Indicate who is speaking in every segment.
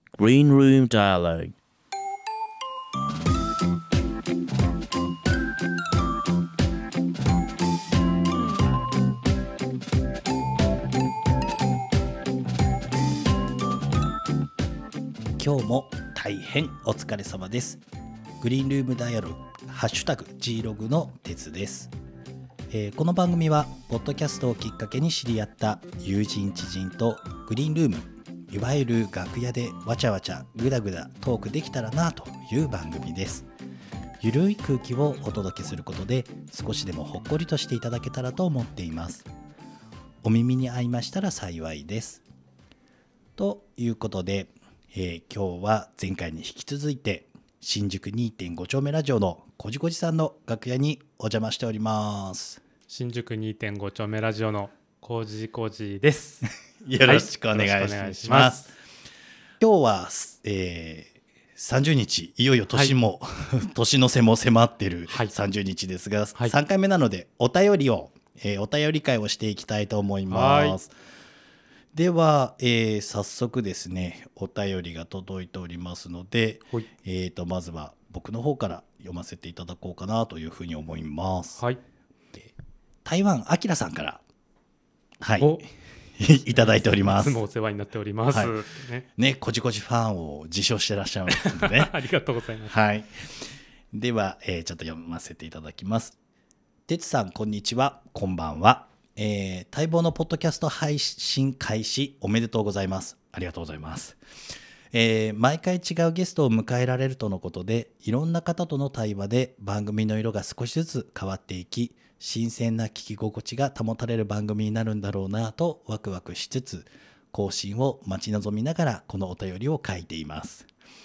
Speaker 1: Green Room Dialogue.
Speaker 2: 今日も大変お疲れ様です。グリーンルームダイアログハッシュタグ G ログの鉄です。この番組はポッドキャストをきっかけに知り合った友人知人とグリーンルーム、いわゆる楽屋でわちゃわちゃぐだぐだトークできたらなという番組です。ゆるい空気をお届けすることで少しでもほっこりとしていただけたらと思っています。お耳に合いましたら幸いです。ということで、今日は前回に引き続いて新宿 2.5 丁目ラジオのこじこじさんの楽屋にお邪魔しております。
Speaker 3: 新宿 2.5 丁目ラジオのこじこじです。
Speaker 2: よろしくお願いします。今日は、30日、いよいよ年も、年の瀬も迫っている30日ですが、3回目なのでお便りを、お便り会をしていきたいと思います。では、早速ですね、お便りが届いておりますので、まずは僕の方から読ませていただこうかなというふうに思います。台湾あきらさんから、いただいております。
Speaker 3: いつもお世話になっております。
Speaker 2: こじこじファンを自称してらっしゃるのでね。
Speaker 3: ありがとうございます。
Speaker 2: では、ちょっと読ませていただきます。てつさん、こんにちは、こんばんは。待望のポッドキャスト配信開始おめでとうございます。ありがとうございます。毎回違うゲストを迎えられるとのことで、いろんな方との対話で番組の色が少しずつ変わっていき、新鮮な聞き心地が保たれる番組になるんだろうなとワクワクしつつ、更新を待ち望みながらこのお便りを書いています。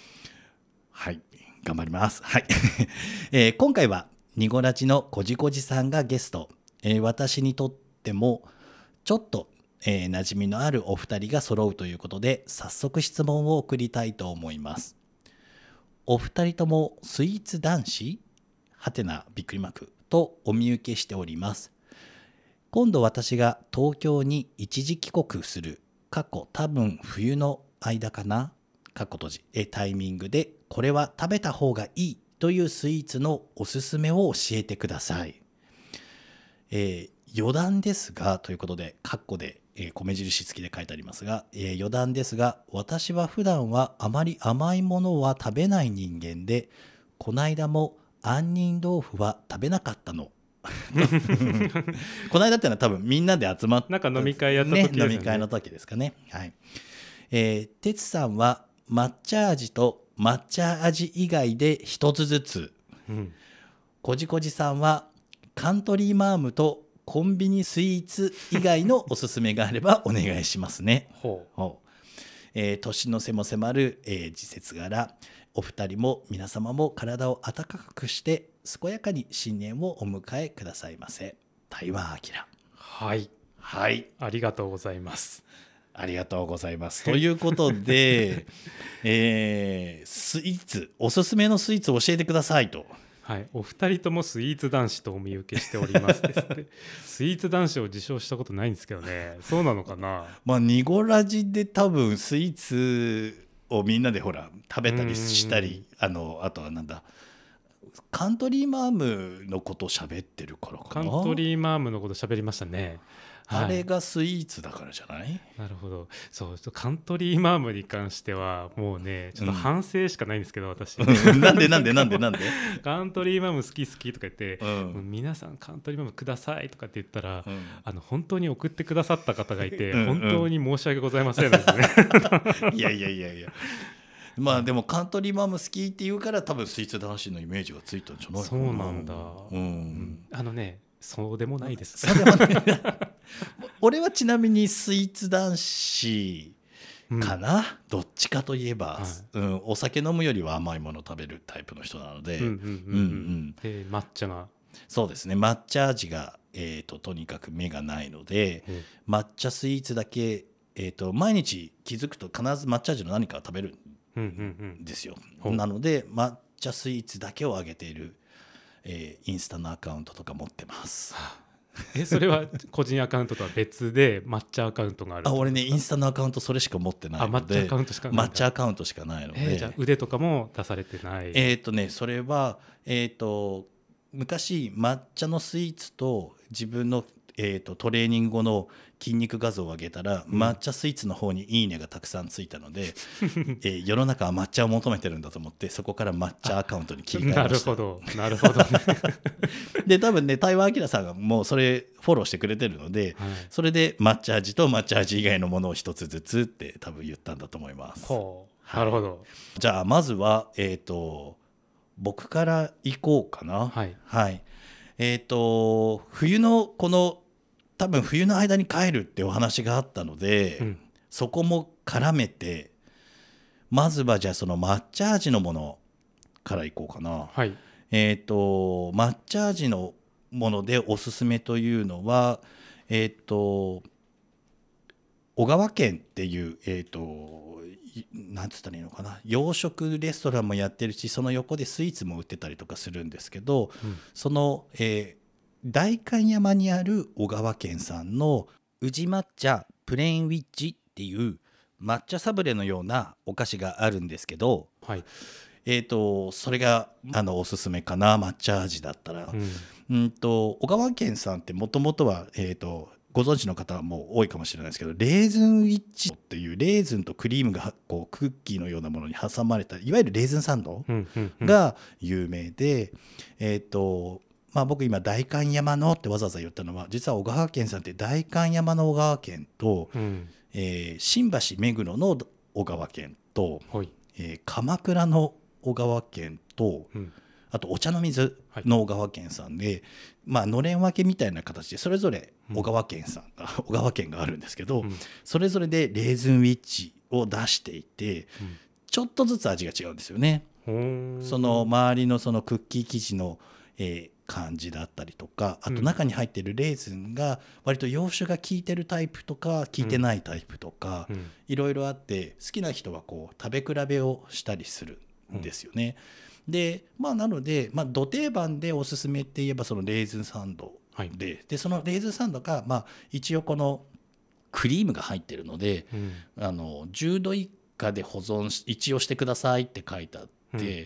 Speaker 2: 頑張ります。今回はニゴラジのこじこじさんがゲスト、私にとってもちょっと、馴染みのあるお二人が揃うということで、早速質問を送りたいと思います。お二人ともスイーツ男子？はてなびっくりマークとお見受けしております。今度私が東京に一時帰国する多分冬の間かなタイミングでこれは食べた方がいいというスイーツのおすすめを教えてください。余談ですがということで米印付きで書いてありますが、余談ですが、私は普段はあまり甘いものは食べない人間で、この間も杏仁豆腐は食べなかったの。この間ってのは多分みんなで集まって
Speaker 3: なんか飲み会やった時ですよね。
Speaker 2: 飲み会の時ですかね。てつさんは抹茶味と抹茶味以外で一つずつ、こじこじさんはカントリーマームとコンビニスイーツ以外のおすすめがあればお願いしますね。年の瀬も迫る、時節柄、お二人も皆様も体を温かくして健やかに新年をお迎えくださいませ。台湾あきら。
Speaker 3: ありがとうございます。
Speaker 2: ありがとうございます。ということで、スイーツ、おすすめのスイーツを教えてくださいと。
Speaker 3: お二人ともスイーツ男子とお見受けしておりますですってスイーツ男子を自称したことないんですけどね。そうなのかな。
Speaker 2: ニゴラジで多分スイーツをみんなで食べたりしたり、あとはなんだ、カントリーマームのことを喋ってるからかな。
Speaker 3: カントリーマームのこと喋りましたね。
Speaker 2: あれがスイーツだからじゃない？
Speaker 3: なるほど。そうカントリーマームに関してはもうねちょっと反省しかないんですけど、私
Speaker 2: なんで
Speaker 3: カントリーマーム好きとか言って、皆さんカントリーマームくださいとかって言ったら、本当に送ってくださった方がいて、本当に申し訳ございませんですね。
Speaker 2: いやでもカントリーマーム好きって言うから多分スイーツ男子のイメージがついたんじゃないかな。
Speaker 3: そうなんだ。そうでもないです。
Speaker 2: 俺はちなみにスイーツ男子かな、どっちかといえば、お酒飲むよりは甘いもの食べるタイプの人なので、
Speaker 3: 抹茶が
Speaker 2: そうですね、抹茶味が、とにかく目がないので、抹茶スイーツだけ、毎日気づくと必ず抹茶味の何かを食べるんですよ。なので抹茶スイーツだけをあげているインスタのアカウントとか持ってます。
Speaker 3: それは個人アカウントとは別で抹茶アカウントがある？
Speaker 2: 俺ねインスタのアカウントそれしか持ってないので、
Speaker 3: 抹茶アカウントしかない。
Speaker 2: 抹茶アカウントしかないので、
Speaker 3: じゃあ腕とかも出されてない？
Speaker 2: それは昔抹茶のスイーツと自分のトレーニング後の筋肉画像を上げたら、抹茶スイーツの方にいいねがたくさんついたので、世の中は抹茶を求めてるんだと思って、そこから抹茶アカウントに切り替えました。
Speaker 3: なるほどね
Speaker 2: で多分ね台湾明さんがもうそれフォローしてくれてるので、それで抹茶味と抹茶味以外のものを一つずつって多分言ったんだと思います。
Speaker 3: なるほど。
Speaker 2: じゃあまずは僕から行こうかな。冬のこの多分冬の間に帰るってお話があったので、そこも絡めてまずはじゃあその抹茶味のものからいこうかな。抹茶味のものでおすすめというのは小川軒っていうなんつったらいいのかな、洋食レストランもやってるし、その横でスイーツも売ってたりとかするんですけど、その、代官山にある小川軒さんの宇治抹茶プレーンウィッチっていう抹茶サブレのようなお菓子があるんですけど、それがおすすめかな、抹茶味だったら。小川軒さんってもともとはご存知の方も多いかもしれないですけど、レーズンウィッチっていうレーズンとクリームがこうクッキーのようなものに挟まれたいわゆるレーズンサンドが有名で、僕今代官山のってわざわざ言ったのは、実は小川軒さんって代官山の小川軒と、新橋目黒の小川軒と、鎌倉の小川軒と、あとお茶の水の小川軒さんで、のれん分けみたいな形でそれぞれ小川軒さんが、小川軒があるんですけど、それぞれでレーズンウィッチを出していて、ちょっとずつ味が違うんですよね。その周りのそのクッキー生地の感じだったりとか、あと中に入っているレーズンが割と洋酒が効いてるタイプとか効いてないタイプとかいろいろあって、好きな人はこう食べ比べをしたりするんですよね。でなので、ど定番でおすすめって言えばそのレーズンサンドで、そのレーズンサンドが一応このクリームが入ってるので、10度以下で保存一応してくださいって書いてあって、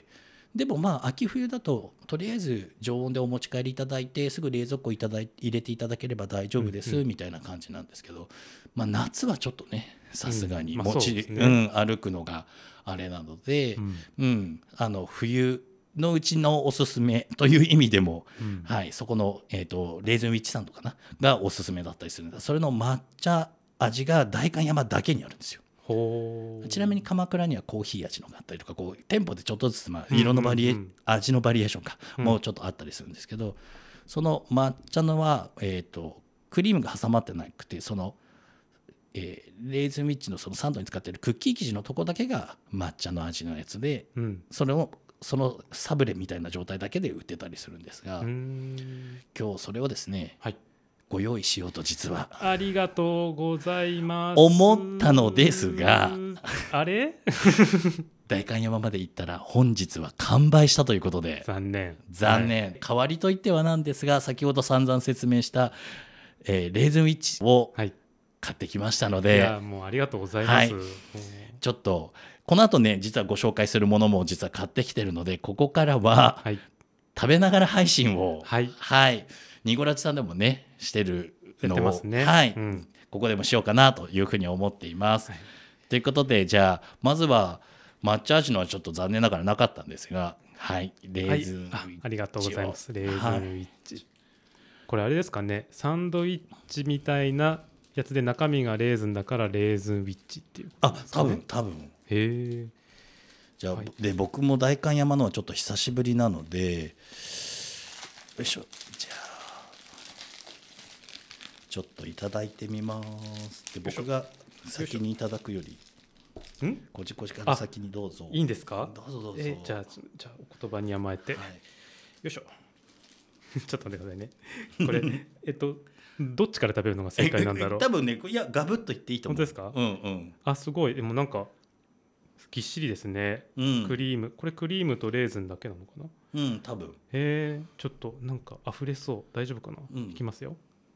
Speaker 2: でも秋冬だととりあえず常温でお持ち帰りいただいてすぐ冷蔵庫入れていただければ大丈夫ですみたいな感じなんですけど、夏はちょっとねさすがに歩くのがあれなので、冬のうちのおすすめという意味でも、そこの、レーズンウィッチサンドかながおすすめだったりするんだ。それの抹茶味が代官山だけにあるんですよ。ちなみに鎌倉にはコーヒー味のがあったりとか、こう店舗でちょっとずつ色の味のバリエーションかもうちょっとあったりするんですけど、その抹茶のは、クリームが挟まってなくて、その、レーズンウィッチのそのサンドに使っているクッキー生地のとこだけが抹茶の味のやつで、そのサブレみたいな状態だけで売ってたりするんですが、今日それをですね、ご用意しようと実は
Speaker 3: ありがとうございます
Speaker 2: 思ったのですが、
Speaker 3: あれ
Speaker 2: 代官山まで行ったら本日は完売したということで
Speaker 3: 残念、
Speaker 2: 代わりといってはなんですが、先ほど散々説明した、レーズンウィッチを買ってきましたので、
Speaker 3: いやもうありがとうございます、
Speaker 2: ちょっとこの後ね実はご紹介するものも実は買ってきてるので、ここからは食べながら配信をニゴラチさんでもねしてるのをここでもしようかなというふうに思っています、ということで、じゃあまずは抹茶味のはちょっと残念ながらなかったんですが、レーズンウィッチを、
Speaker 3: ありがとうございます。レーズンウィッチ、これあれですかね、サンドイッチみたいなやつで中身がレーズンだからレーズンウィッチっていうことですかね。
Speaker 2: 多分
Speaker 3: へえ。
Speaker 2: じゃあ、で僕も代官山のはちょっと久しぶりなので、よいしょ、じゃあちょっといただいてみます。で僕が先にいただくよりこじこじから先にどうぞ。
Speaker 3: いいんですか。
Speaker 2: どうぞどうぞ。
Speaker 3: じゃあお言葉に甘えて、よいしょちょっと待ってくださいね。これどっちから食べるのが正解なんだろう。
Speaker 2: 多分ね、いやガブッといっていいと思う。
Speaker 3: 本当ですか。すごい。でもなんかぎっしりですね、クリーム。これクリームとレーズンだけなのかな。
Speaker 2: 多分。
Speaker 3: ちょっとなんか溢れそう。大丈夫かな。いきますよ。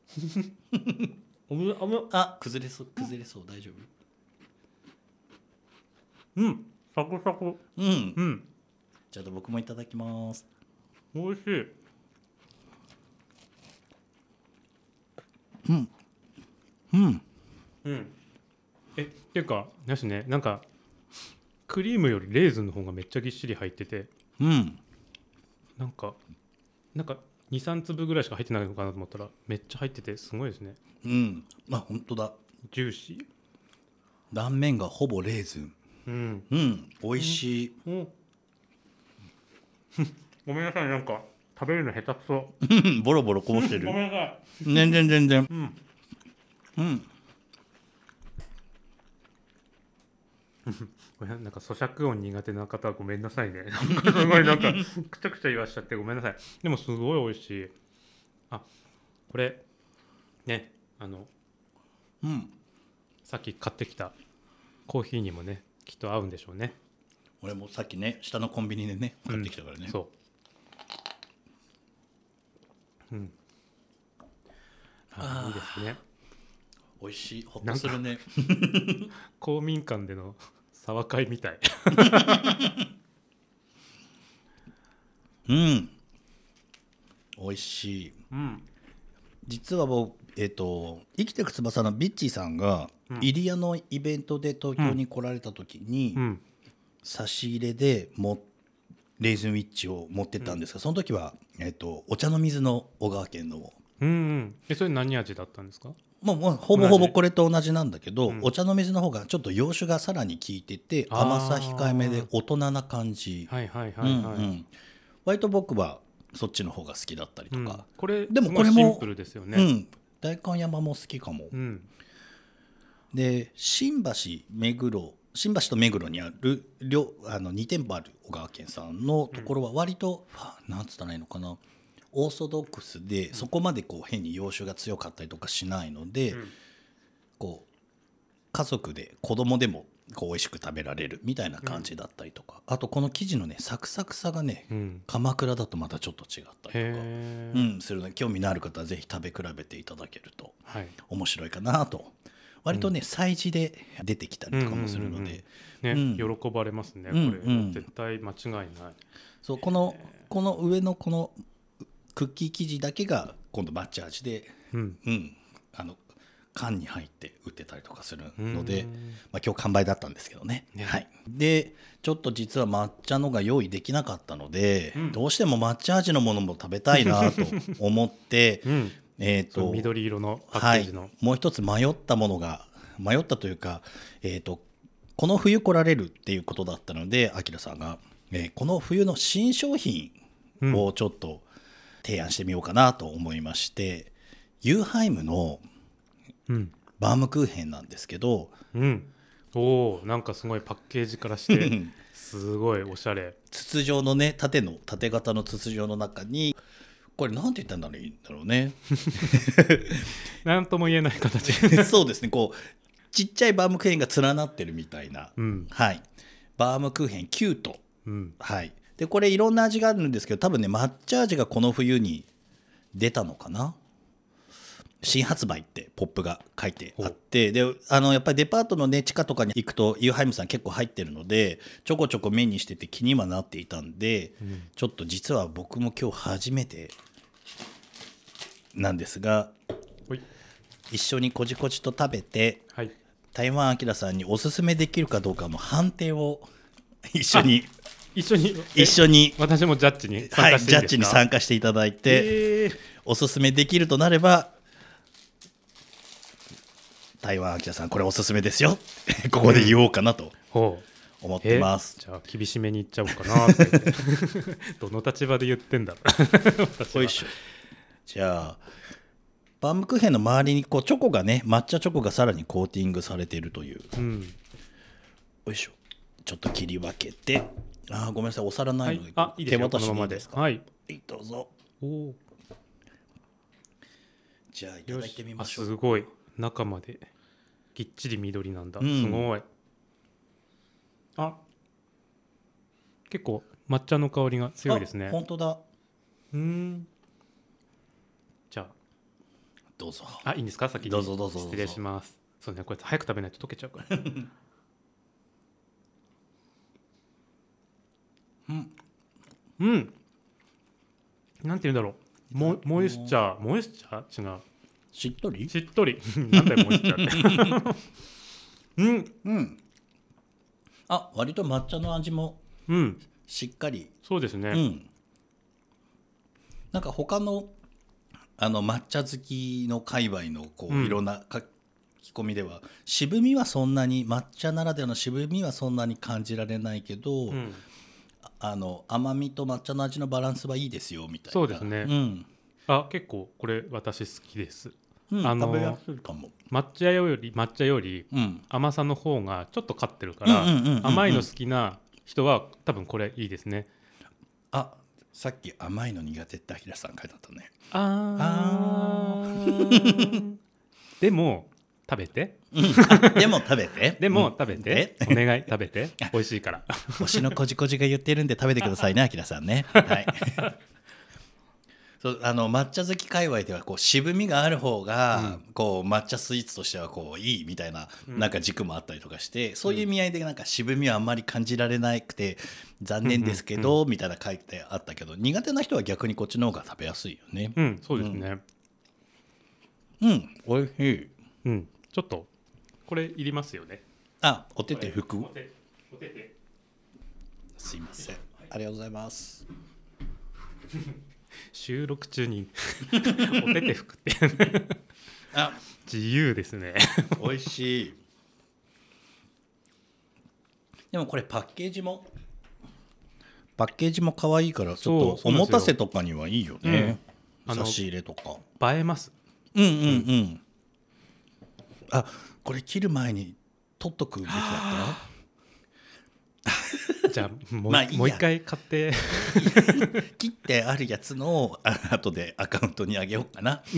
Speaker 2: あ、崩れそう大丈夫？
Speaker 3: サクサク。
Speaker 2: じゃあ僕もいただきます。
Speaker 3: 美味しい。っていうかですね、なんかクリームよりレーズンの方がめっちゃぎっしり入ってて、なんか 2,3 粒ぐらいしか入ってないのかなと思ったらめっちゃ入っててすごいですね。
Speaker 2: 本当だ。
Speaker 3: ジューシ
Speaker 2: 断面がほぼレーズン。美味しい。
Speaker 3: ごめんなさい、なんか食べるの下手くそ。
Speaker 2: ボロボロこぼしてる。
Speaker 3: ごめんなさい。
Speaker 2: 全然。
Speaker 3: これなんか咀嚼音苦手な方はごめんなさいね。すごいなんかくちゃくちゃ言わしちゃってごめんなさい。でもすごい美味しい。これね、さっき買ってきたコーヒーにもねきっと合うんでしょうね。
Speaker 2: 俺もさっきね下のコンビニでね買ってきたからね。
Speaker 3: そう。いいですね。
Speaker 2: 美味しい。ほっとするね。
Speaker 3: 公民館での沢会みたい。
Speaker 2: 美味しい。実は僕生きてく翼のビッチーさんがイリアのイベントで東京に来られた時に差し入れでレーズンウィッチを持ってったんですが、その時はお茶の水の小川県の
Speaker 3: それ何味だったんですか？
Speaker 2: もうほぼほぼこれと同じなんだけど、お茶の水の方がちょっと洋酒がさらに効いてて甘さ控えめで大人な感じ。割と僕はそっちの方が好きだったりとか。
Speaker 3: これ
Speaker 2: でもこれも
Speaker 3: シンプルですよね。
Speaker 2: 代官山も好きかも。で新橋と目黒にある2店舗ある小川県さんのところは割と、なんつったらいいのかな、オーソドックスでそこまで変に洋酒が強かったりとかしないので、家族で子供でも美味しく食べられるみたいな感じだったりとか、あとこの生地のねサクサクさがね、鎌倉だとまたちょっと違ったりとか、するので興味のある方はぜひ食べ比べていただけると面白いかなと。割とね催事で出てきたりとかもするので
Speaker 3: 喜ばれますね。これ絶対間違いない。
Speaker 2: そう、この上のこのクッキー生地だけが今度抹茶味で缶に入って売ってたりとかするので、今日完売だったんですけどね。でちょっと実は抹茶のが用意できなかったので、どうしても抹茶味のものも食べたいなと思って
Speaker 3: 緑色のパッケージの、
Speaker 2: もう一つ迷ったというか、この冬来られるっていうことだったので、あきらさんが、この冬の新商品をちょっと提案してみようかなと思いまして、ユーハイムのバームクーヘンなんですけど、
Speaker 3: なんかすごいパッケージからしてすごいおしゃれ。
Speaker 2: 筒状のね縦型の筒状の中に、これなんて言ったらいいんだろうね。
Speaker 3: なんとも言えない形。
Speaker 2: そうですね、ちっちゃいバームクーヘンが連なってるみたいな、バームクーヘンキュート、でこれいろんな味があるんですけど、多分ね抹茶味がこの冬に出たのかな。新発売ってポップが書いてあって、でやっぱりデパートのね地下とかに行くとユーハイムさん結構入ってるのでちょこちょこ目にしてて気にはなっていたんで、ちょっと実は僕も今日初めてなんですが、一緒にこじこじと食べて、台湾あきらさんにおすすめできるかどうかの判定を一緒に
Speaker 3: 私もジャッジに参加していいですか？
Speaker 2: ジャッジに参加していただいて、おすすめできるとなれば台湾あきらさんこれおすすめですよここで言おうかなと思ってます。
Speaker 3: じゃあ厳しめに言っちゃおうかなってどの立場で言ってんだろう。
Speaker 2: よいしょ。じゃあバームクーヘンの周りにチョコがね、抹茶チョコがさらにコーティングされているという、よいしょ、ちょっと切り分けて、ごめんなさいお皿ないので、
Speaker 3: いいですよ、手渡しでいいですか？
Speaker 2: どうぞ。じゃあいただいてみましょう。
Speaker 3: すごい中までぎっちり緑なんだ、すごい。結構抹茶の香りが強いですね。
Speaker 2: 本当だ。
Speaker 3: じゃあ
Speaker 2: どうぞ。
Speaker 3: あ、いいんですか、先に。
Speaker 2: どうぞどうぞどうぞ。
Speaker 3: 失礼します。そうね、これ早く食べないと溶けちゃうからうん、なんて言うんだろう、モイスチャー違う、
Speaker 2: しっとり
Speaker 3: しっとりなんだよモイスチャーって
Speaker 2: 割と抹茶の味もしっかり、
Speaker 3: そうですね、
Speaker 2: なんか他の抹茶好きの界隈のいろんな書き込みでは、渋みはそんなに、抹茶ならではの渋みはそんなに感じられないけど、甘みと抹茶の味のバランスはいいですよみたいな。
Speaker 3: そうですね、結構これ私好きです、
Speaker 2: 食べやすいかも。
Speaker 3: 抹茶より甘さの方がちょっと勝ってるから、甘いの好きな人は多分これいいですね。
Speaker 2: さっき甘いの苦手ってアキラさん書いてあったね。
Speaker 3: でも食べて
Speaker 2: でも食べて
Speaker 3: でも食べて、お願い食べて、美味しいから
Speaker 2: 推しのこじこじが言ってるんで食べてくださいね、アキラさんね。はいそう抹茶好き界隈では渋みがある方が抹茶スイーツとしてはいいみたいな、なんか軸もあったりとかして、そういう意味合いでなんか渋みはあんまり感じられなくて残念ですけど、みたいな書いてあったけど、苦手な人は逆にこっちの方が食べやすいよね。
Speaker 3: そうですね。
Speaker 2: おいしい。
Speaker 3: ちょっとこれいりますよね。
Speaker 2: お手手拭く。
Speaker 3: お手手
Speaker 2: すいません、ありがとうございます
Speaker 3: 収録中にお手手拭くって自由ですね
Speaker 2: 美味しい。でもこれパッケージも可愛いから、ちょっとおもたせとかにはいいよね。差し入れとか
Speaker 3: 映えます。
Speaker 2: これ切る前に取っとくべきだった
Speaker 3: じゃあもう一回買って
Speaker 2: 切ってあるやつの後でアカウントにあげようかな。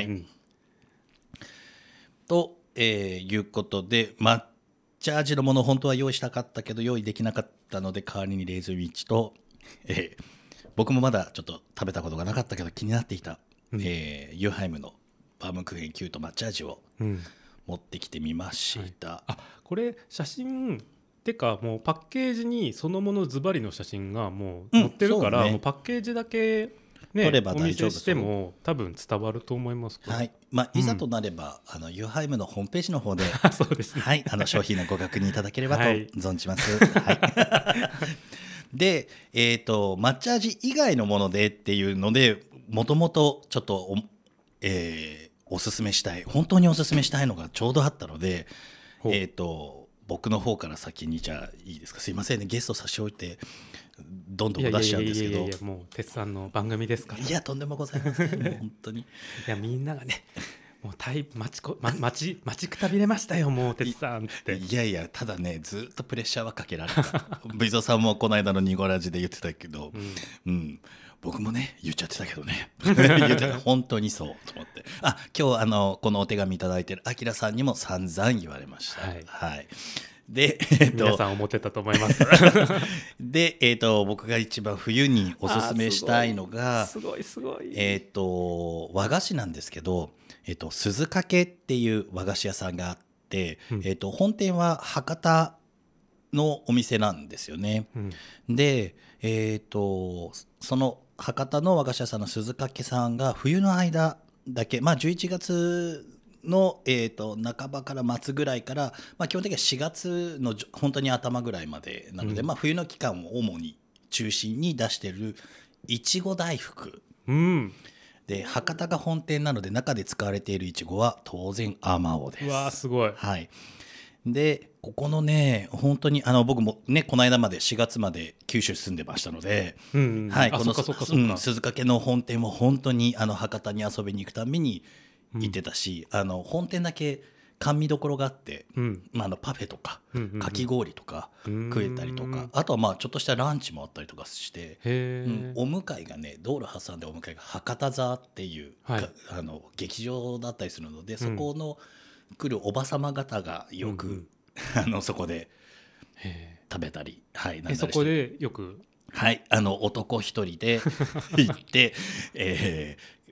Speaker 2: ということで、抹茶味のもの本当は用意したかったけど用意できなかったので、代わりにレーズンウィッチと、僕もまだちょっと食べたことがなかったけど気になっていた、ユーハイムのバームクーヘンキュート抹茶味を持ってきてみました。
Speaker 3: これ写真てかもうパッケージにそのものズバリの写真がもう載ってるから、もうパッケージだけね、お見せしても多分伝わると思います。
Speaker 2: いざとなればユーハイムのホームページの方で
Speaker 3: そうですね、
Speaker 2: 商品のご確認いただければと存じます。で、抹茶味以外のものでっていうので、もともとちょっとおすすめしたい、本当におすすめしたいのがちょうどあったので、僕の方から先に、じゃあいいですか。すいませんね、ゲスト差し置いてどんどん出しちゃうんですけど。
Speaker 3: もう鉄さんの番組ですから。
Speaker 2: いや、とんでもございませんもう本当に。
Speaker 3: いや、みんながね、もう待ちくたびれましたよ、もう鉄さんって。
Speaker 2: いやただね、ずっとプレッシャーはかけられた。ブイゾーさんもこの間のニゴラジで言ってたけど、僕もね言っちゃってたけどね本当にそうと思って、今日このお手紙いただいてるアキラさんにも散々言われました。で、
Speaker 3: 皆さん思ってたと思います
Speaker 2: で、僕が一番冬におすすめしたいのが
Speaker 3: すごい
Speaker 2: 和菓子なんですけど、鈴懸っていう和菓子屋さんがあって、本店は博多のお店なんですよね。で、その博多の和菓子屋さんの鈴懸さんが冬の間だけ、11月の、半ばから末ぐらいから、基本的には4月の本当に頭ぐらいまでなので、冬の期間を主に中心に出してるいちご大福、で博多が本店なので中で使われているいちごは当然あまおうです。
Speaker 3: うわーすごい。
Speaker 2: でここのね、本当に僕もねこの間まで4月まで九州住んでましたので、この鈴懸の本店も本当に博多に遊びに行くたびに行ってたし、本店だけ甘味どころがあって、パフェとかかき氷とか食えたりとか、あとはちょっとしたランチもあったりとかして、お向かいがね、道路挟んでお向かいが博多座っていう、劇場だったりするので、そこの来るおばさま方がよく、そこで食べたり、
Speaker 3: そこでよく
Speaker 2: 男一人で行って、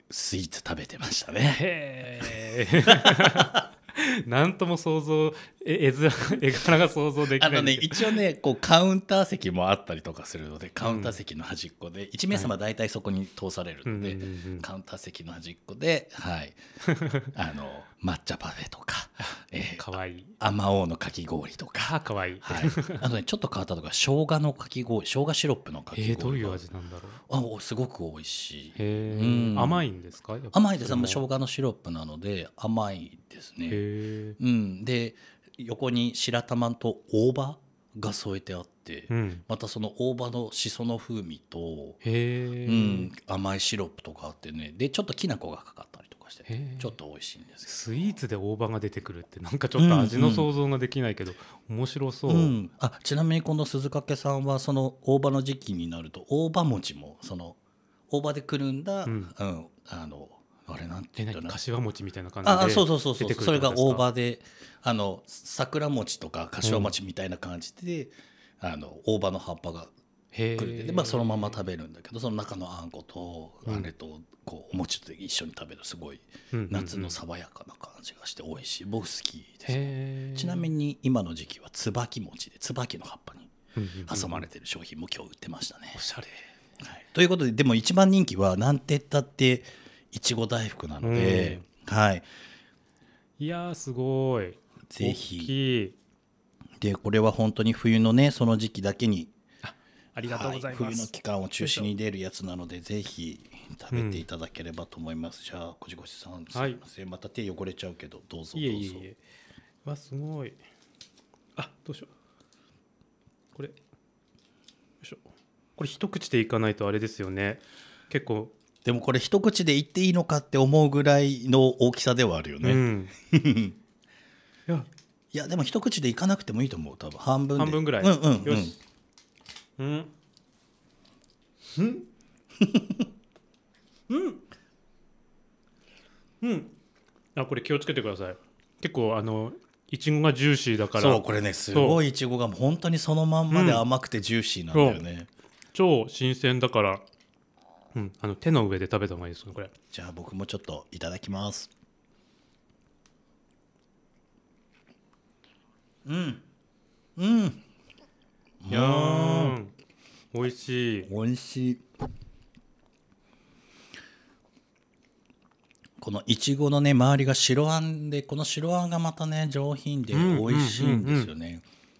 Speaker 2: スイーツ食べてましたね。
Speaker 3: へえなんとも想像絵柄が想像できないんですけど
Speaker 2: 一応ねこうカウンター席もあったりとかするので、カウンター席の端っこで1名様大体そこに通されるので、カウンター席の端っこで、はい抹茶パフェとか、
Speaker 3: かわいい
Speaker 2: あまおうのかき氷とか、
Speaker 3: かわいい、
Speaker 2: はい、あとねちょっと変わったとか生姜のかき氷、生姜シロップのかき氷が
Speaker 3: どういう味なんだろう。
Speaker 2: すごく美味しい。
Speaker 3: へ
Speaker 2: う
Speaker 3: え、
Speaker 2: ん
Speaker 3: 甘いんですか？やっぱ
Speaker 2: 甘いです。
Speaker 3: それも
Speaker 2: 生姜のシロップなので甘いですね。
Speaker 3: へえ、
Speaker 2: で横に白玉と大葉が添えてあって、またその大葉のしその風味と、
Speaker 3: へえ、
Speaker 2: 甘いシロップとかあってね、でちょっときな粉がかかったりとかして
Speaker 3: へー
Speaker 2: ちょっと美味しいんです
Speaker 3: スイーツで大葉が出てくるってなんかちょっと味の想像ができないけど、面白そう、
Speaker 2: ちなみにこの鈴掛さんはその大葉の時期になると大葉餅もその大葉でくるんだ、あれなんて言ったら
Speaker 3: 柏餅みたいな感じで
Speaker 2: そう
Speaker 3: 出てくる
Speaker 2: それが大
Speaker 3: 葉
Speaker 2: 葉で桜餅とか柏餅みたいな感じで、大葉の葉っぱがくるんで、そのまま食べるんだけど、その中のあんことあれとこうお餅と一緒に食べるすごい夏の爽やかな感じがして美味しい。僕好きです。ちなみに今の時期は椿餅で椿の葉っぱに挟まれてる商品も今日売ってましたね。
Speaker 3: おしゃれ、
Speaker 2: ということで、でも一番人気はなんて言ったっていちご大福なので、
Speaker 3: いやーすごい
Speaker 2: ぜひ
Speaker 3: 大きい。
Speaker 2: でこれは本当に冬のねその時期だけに、
Speaker 3: ありがとうございます、
Speaker 2: 冬の期間を中心に出るやつなのでぜひ食べていただければと思います。じゃあこじこしさん、すいません、また手汚れちゃうけどどうぞどうぞ。
Speaker 3: いえわすごい。どうしよう、これよいしょ、これ一口でいかないとあれですよね。結構
Speaker 2: でもこれ一口でいっていいのかって思うぐらいの大きさではあるよね、いやでも一口でいかなくてもいいと思う。多分半分
Speaker 3: ぐらい、よし、これ気をつけてください。結構いちごがジューシーだから。
Speaker 2: そうこれねすごいいちごが本当にそのまんまで甘くてジューシーなんだよね、
Speaker 3: 超新鮮だから、手の上で食べた方がいいですねこれ。
Speaker 2: じゃあ僕もちょっといただきます。
Speaker 3: いやー美味しい。
Speaker 2: 美味しい。このいちごのね周りが白あんで、この白あんがまたね上品で美味しいんですよね。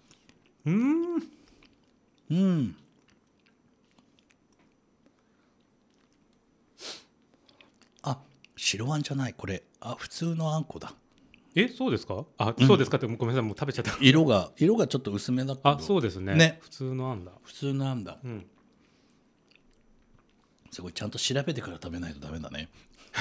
Speaker 2: 白あんじゃないこれ、普通のあんこだ。
Speaker 3: そうですか？そうですかってごめんなさい、もう食べちゃった。
Speaker 2: 色がちょっと薄めだけど。
Speaker 3: そうですね。普通のあんだ。
Speaker 2: 普通のあんだ。すごいちゃんと調べてから食べないとダメだね。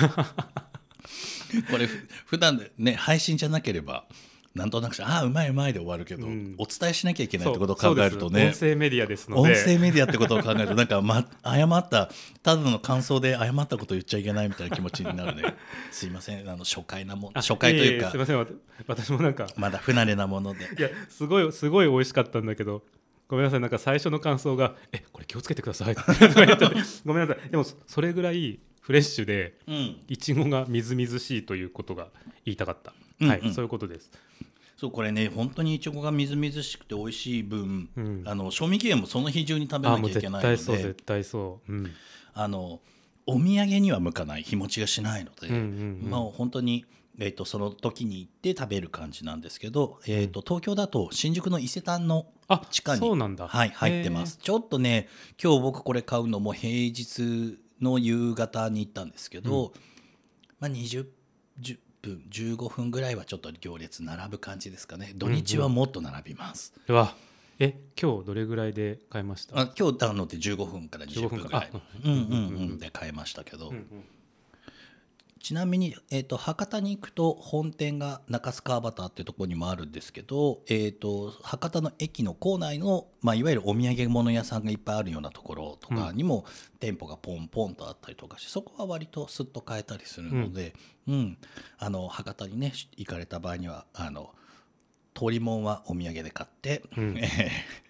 Speaker 2: これ普段でね配信じゃなければなんとなくうまいうまいで終わるけど、お伝えしなきゃいけないってことを考えるとね、
Speaker 3: 音声メディアですので、
Speaker 2: 音声メディアってことを考えるとなんか、誤ったただの感想で誤ったことを言っちゃいけないみたいな気持ちになるね。すいません、初回というか、
Speaker 3: すいません、私もなんか
Speaker 2: まだ不慣れなもので、
Speaker 3: いやすごい美味しかったんだけど、ごめんなさい、なんか最初の感想がこれ気をつけてくださいとか言っちゃってごめんなさい。でもそれぐらいフレッシュで、いちごがみずみずしいということが言いたかった。そういうことです。
Speaker 2: そうこれね本当にいちごがみずみずしくて美味しい分、賞味期限もその日中に食べなきゃいけないので、
Speaker 3: 絶対そう、
Speaker 2: お土産には向かない、日持ちがしないので、本当に、その時に行って食べる感じなんですけど、東京だと新宿の伊勢丹の地下に
Speaker 3: そうなんだ、
Speaker 2: 入ってます。ちょっとね今日僕これ買うのも平日の夕方に行ったんですけど、10分15分ぐらいはちょっと行列並ぶ感じですかね。土日はもっと並びます。
Speaker 3: 今日どれぐらいで買いました？
Speaker 2: 今日で15分から20分ぐらいで買いましたけど、ちなみに、博多に行くと本店が中洲川端っていうところにもあるんですけど、博多の駅の構内の、いわゆるお土産物屋さんがいっぱいあるようなところとかにも店舗がポンポンとあったりとかして、そこは割とスッと買えたりするので、博多にね行かれた場合には通りもんはお土産で買って、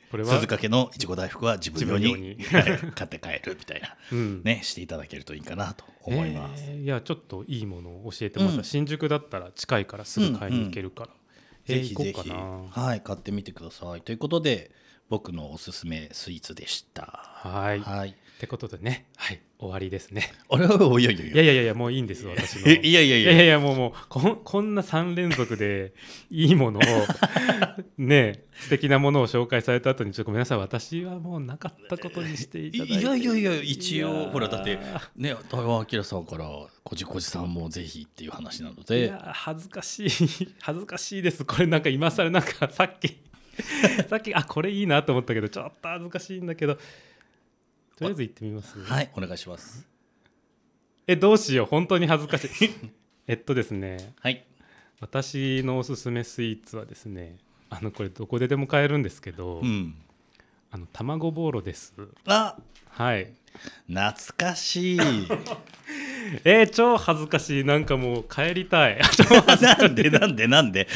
Speaker 3: これは
Speaker 2: 鈴掛のいちご大福は自分用に
Speaker 3: 自分用に
Speaker 2: はい買って帰るみたいな、
Speaker 3: うん
Speaker 2: ね、していただけるといいかなと思います。
Speaker 3: いやちょっといいものを教えてもらった、
Speaker 2: うん
Speaker 3: 新宿だったら近いからすぐ買いに行けるから、
Speaker 2: ぜひぜひ、
Speaker 3: 行こうかな。
Speaker 2: はい、買ってみてください。ということで僕のおすすめスイーツでした。
Speaker 3: はい、
Speaker 2: はい、
Speaker 3: ってことでね、はい終わりですね。
Speaker 2: あれはおいやいやいや
Speaker 3: いやいやいやもういいんです私の
Speaker 2: いやいやいや
Speaker 3: いやいやもうこんな3連続でいいものをね素敵なものを紹介された後にちょっとごめんなさい、私はもうなかったことにしていただいて、
Speaker 2: いやいやいや一
Speaker 3: いや
Speaker 2: 応ほらだってね台湾明さんからこじこじさんもぜひっていう話なので、
Speaker 3: いや恥ずかしいです。これなんか今更なんかさっきこれいいなと思ったけどちょっと恥ずかしいんだけど、とりあえず行ってみます。
Speaker 2: はいお願いします。
Speaker 3: どうしよう本当に恥ずかしいですね、
Speaker 2: はい
Speaker 3: 私のおすすめスイーツはですね、これどこででも買えるんですけど、卵ボーロです。
Speaker 2: あ
Speaker 3: はい
Speaker 2: 懐かしい
Speaker 3: 超恥ずかしい、なんかもう帰りたい
Speaker 2: なんで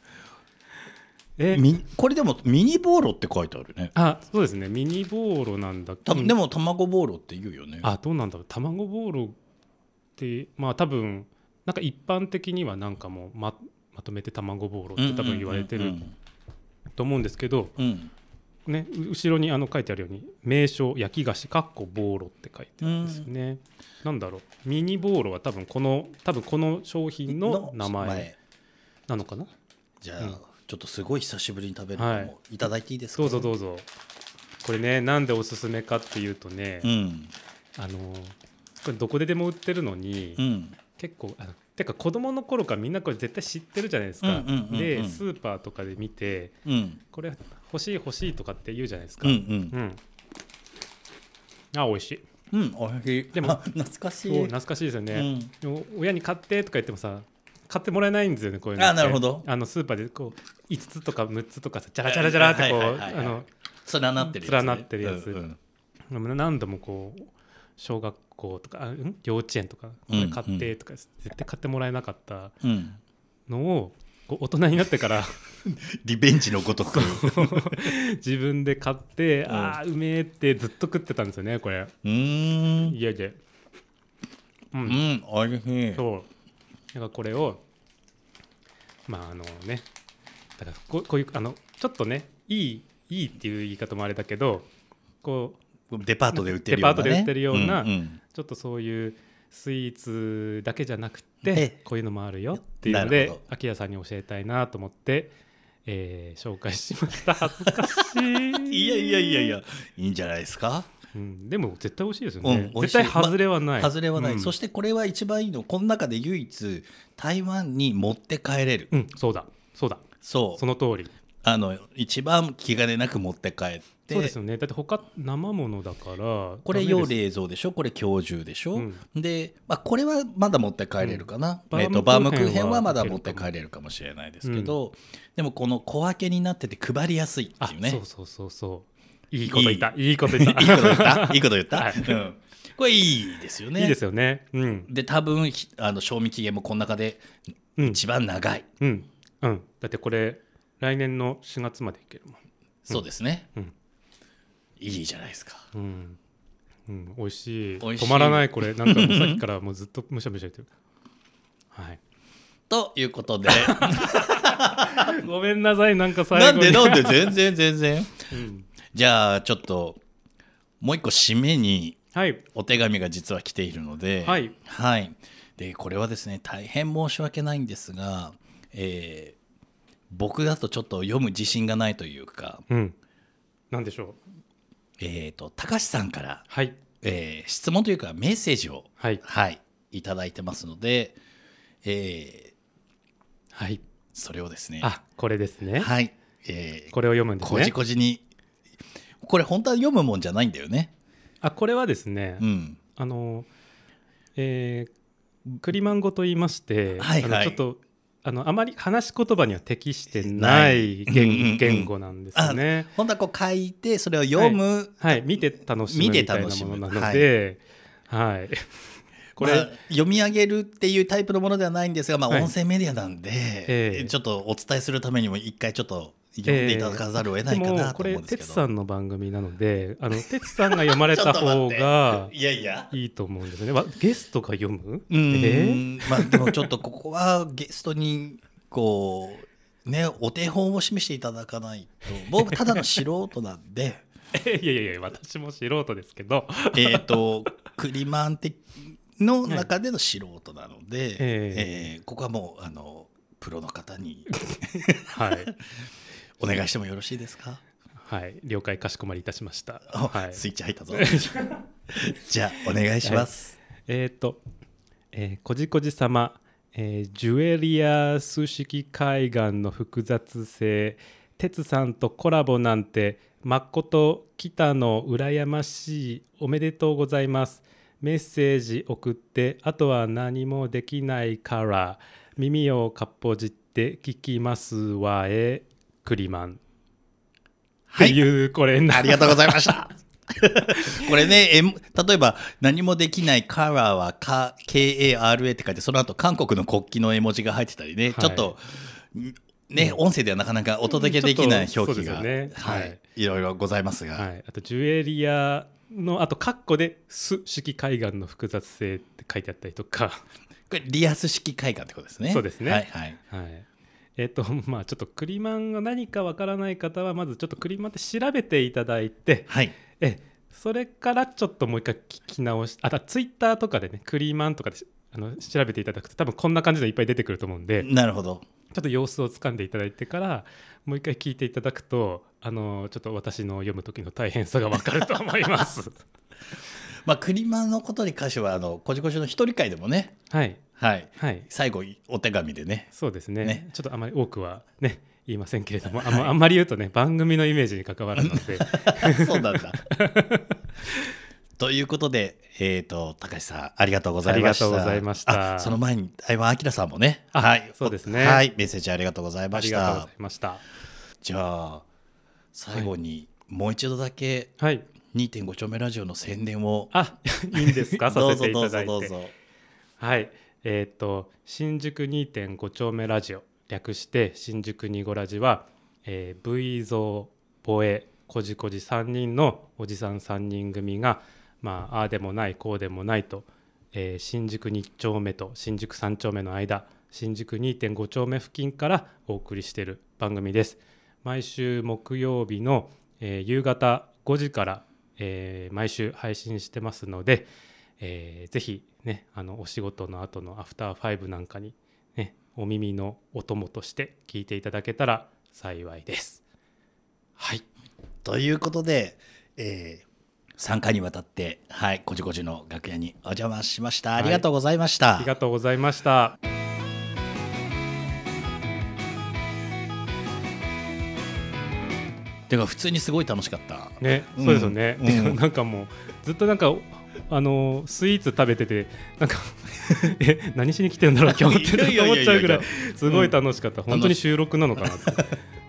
Speaker 2: これでもミニボーロって書いてあるね。
Speaker 3: そうですねミニボーロなんだけど、
Speaker 2: でも卵ボーロって言うよね。
Speaker 3: どうなんだろう、卵ボーロって多分なんか一般的にはなんかもう まとめて卵ボーロって多分言われてると思うんですけど、ね、後ろに書いてあるように名称焼き菓子ボーロって書いてあるんですよね。なんだろうミニボーロは多分この商品の名前なのかな。
Speaker 2: じゃあ、ちょっとすごい久しぶりに食べるのもいただいていいですか。
Speaker 3: どうぞ。これねなんでおすすめかっていうとね、これどこででも売ってるのに、結構てか子供の頃からみんなこれ絶対知ってるじゃないですか。でスーパーとかで見て、これ欲しいとかって言うじゃないですか。美味しい。
Speaker 2: 美味しい。
Speaker 3: でも
Speaker 2: 懐かしい。
Speaker 3: 懐かしいですよね。でも親に買ってとか言ってもさ買ってもらえないんですよね、こういうのって。
Speaker 2: なるほど。
Speaker 3: スーパーでこう5つとか6つとかさジャラジャラってこう
Speaker 2: 連なってるやつ。
Speaker 3: 何度もこう小学校とか幼稚園とかこれ買ってとか絶対買ってもらえなかったのを大人になってから
Speaker 2: リベンジのごとく
Speaker 3: 自分で買ってうめえってずっと食ってたんですよねこれ。家で。
Speaker 2: おいしい。
Speaker 3: そうだからこれをだからこういうちょっとねいいっていう言い方もあれだけどこう
Speaker 2: デパートで売ってるような
Speaker 3: ちょっとそういうスイーツだけじゃなくてこういうのもあるよっていうので秋谷さんに教えたいなと思って、紹介しました。恥ずかしい。
Speaker 2: いやいいんじゃないですか。
Speaker 3: でも絶対美味しいですよね。絶対外れはない、
Speaker 2: 外れはない。そしてこれは一番いいの、この中で唯一台湾に持って帰れる。
Speaker 3: そうだその通り。
Speaker 2: 一番気兼ねなく持って帰って。
Speaker 3: そうですよね。だって他生ものだから
Speaker 2: これ要冷蔵でしょ、これ強汁でしょ、で、これはまだ持って帰れるかな、バームクーヘンはまだ持って帰れるかもしれないですけど、でもこの小分けになってて配りやすいっていうね。そういいこと言ったいいこと言ったこれいいですよね。
Speaker 3: いいですよね。
Speaker 2: で多分賞味期限もこの中で一番長い。
Speaker 3: だってこれ来年の4月までいけるもん。
Speaker 2: そうですね。いいじゃないですか。
Speaker 3: 美味しい。止まらないこれ。なんかもうさっきからもうずっとむしゃむしゃ言ってる。はい。
Speaker 2: ということで
Speaker 3: ごめんなさいなんか最後に
Speaker 2: なんで全然、じゃあちょっともう一個締めにお手紙が実は来ているので、でこれはですね大変申し訳ないんですが、僕だとちょっと読む自信がないというか、
Speaker 3: なんでしょう。
Speaker 2: 高橋さんから、質問というかメッセージを、いただいてますので、それをですね
Speaker 3: これですね。これを読むんですね。
Speaker 2: こじこじにこれ本当は読むもんじゃないんだよね。
Speaker 3: これはですね、クリマン語と言いまして、ちょっとあまり話し言葉には適してない言語なんですよね。
Speaker 2: 本当はこう書いてそれを読む、
Speaker 3: 見て楽しむみたいなものなので、
Speaker 2: これ、読み上げるっていうタイプのものではないんですが、音声メディアなんで、ちょっとお伝えするためにも一回ちょっと読んでいただかざるを得ないかなと思うんですけど、
Speaker 3: でもこれ哲さんの番組なので哲さんが読まれた方が
Speaker 2: いやいや
Speaker 3: いいと思うんですよね。ゲストが読む？
Speaker 2: まあでもちょっとここはゲストにこうねお手本を示していただかないと、僕ただの素人なんで
Speaker 3: いやいやいや私も素人ですけど
Speaker 2: クリマン的の中での素人なので、ここはもうプロの方に
Speaker 3: はい
Speaker 2: お願いしてもよろしいですか？
Speaker 3: はい、了解、かしこまりいたしました。
Speaker 2: はい、スイッチ入ったぞじゃあお願いします。
Speaker 3: こじこじ様、ジュエリア数式海岸の複雑性、哲さんとコラボなんてまっこと来たの羨ましい、おめでとうございます。メッセージ送って、あとは何もできないから耳をかっぽじって聞きますわクリマンっていう、これ
Speaker 2: ありがとうございましたこれね例えば何もできないカラーはKARA って書いて、その後韓国の国旗の絵文字が入ってたりね、ちょっとね、音声ではなかなかお届けできない表記が、いろいろございますが、
Speaker 3: あとジュエリアのあとカッコで数式海岸の複雑性って書いてあったりとか、
Speaker 2: これリアス式海岸ってことですね。
Speaker 3: そうですね。
Speaker 2: はいはい。
Speaker 3: まあちょっきクリマンが何かわからない方はまずちょっとクリマンって調べていただいて、
Speaker 2: はい、
Speaker 3: それからちょっともう一回聞き直し、ツイッターとかでねクリマンとかで調べていただくと多分こんな感じでいっぱい出てくると思うんで、
Speaker 2: なるほど、
Speaker 3: ちょっと様子をつかんでいただいてからもう一回聞いていただくとちょっと私の読む時の大変さが分かると思います
Speaker 2: まあクリマンのことに関してはこじこじの一人会でもね、
Speaker 3: はい
Speaker 2: はいはい、最後お手紙でね、
Speaker 3: そうですね、ちょっとあまり多くはね言いませんけれども、あんまり言うとね番組のイメージに関わるので
Speaker 2: そうなんだということで、高橋さんありがとうございました。
Speaker 3: ありがとうございました。
Speaker 2: その前に相葉明さんもね、
Speaker 3: はい、そうですね、
Speaker 2: はい、メッセージありがとうございました。
Speaker 3: ありがとうございました。
Speaker 2: じゃあ最後にもう一度だけ、
Speaker 3: はい、
Speaker 2: 2.5 丁目ラジオの宣伝を
Speaker 3: いいんですかさせていただいて。
Speaker 2: どうぞ
Speaker 3: はい、新宿 2.5 丁目ラジオ略して新宿ニゴラジは、V ゾーボエこじこじ3人のおじさん3人組がああでもないこうでもないと、新宿2丁目と新宿3丁目の間、新宿 2.5 丁目付近からお送りしている番組です。毎週木曜日の、夕方5時から、毎週配信してますので、ぜひねお仕事の後のアフター5なんかに、ね、お耳のお供として聞いていただけたら幸いです。はい、
Speaker 2: ということで、3回にわたって、はい、こじこじの楽屋にお邪魔しました。ありがとうございました。
Speaker 3: ありがとうございました。
Speaker 2: てか普通にすごい楽しかった
Speaker 3: ね、そうですよね、なんかもうずっとなんかスイーツ食べててなんか何しに来てるんだろう今日って思っちゃうぐらいすごい楽しかった。本当に収録なのかなって、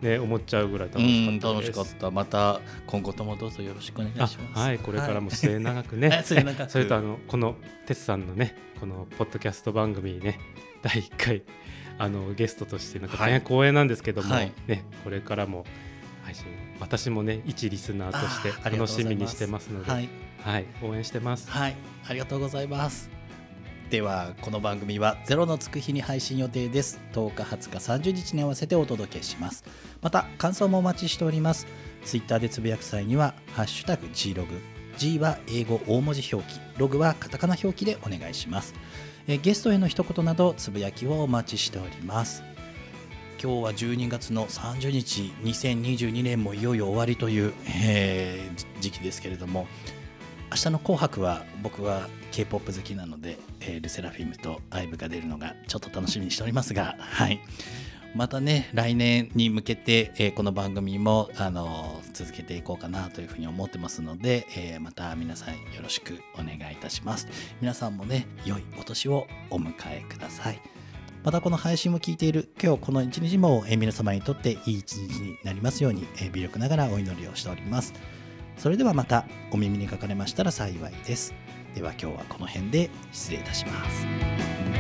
Speaker 3: ね、思っちゃうぐらい楽しかったです。
Speaker 2: 楽しかった。また今後ともどうぞよろしくお願いします。
Speaker 3: はい、これからも末永くね、それとこの哲さんのねこのポッドキャスト番組にね第1回ゲストとしてなんか大変光栄なんですけども、ね、これからも配信私もね一リスナーとして楽しみにしてますので、はい、応援してます。
Speaker 2: はい、ありがとうございます。ではこの番組はゼロのつく日に配信予定です。10日20日30日に合わせてお届けします。また感想もお待ちしております。ツイッターでつぶやく際にはハッシュタグ G ログ、 G は英語大文字表記、ログはカタカナ表記でお願いします。ゲストへの一言などつぶやきをお待ちしております。今日は12月の30日2022年もいよいよ終わりという、時期ですけれども、明日の紅白は僕は K-POP 好きなので、ルセラフィムとIVEが出るのがちょっと楽しみにしておりますが、はい、またね来年に向けて、この番組も続けていこうかなというふうに思ってますので、また皆さんよろしくお願いいたします。皆さんもね良いお年をお迎えください。またこの配信を聞いている今日この一日も皆様にとっていい一日になりますように微力ながらお祈りをしております。それではまたお耳にかかれましたら幸いです。では今日はこの辺で失礼いたします。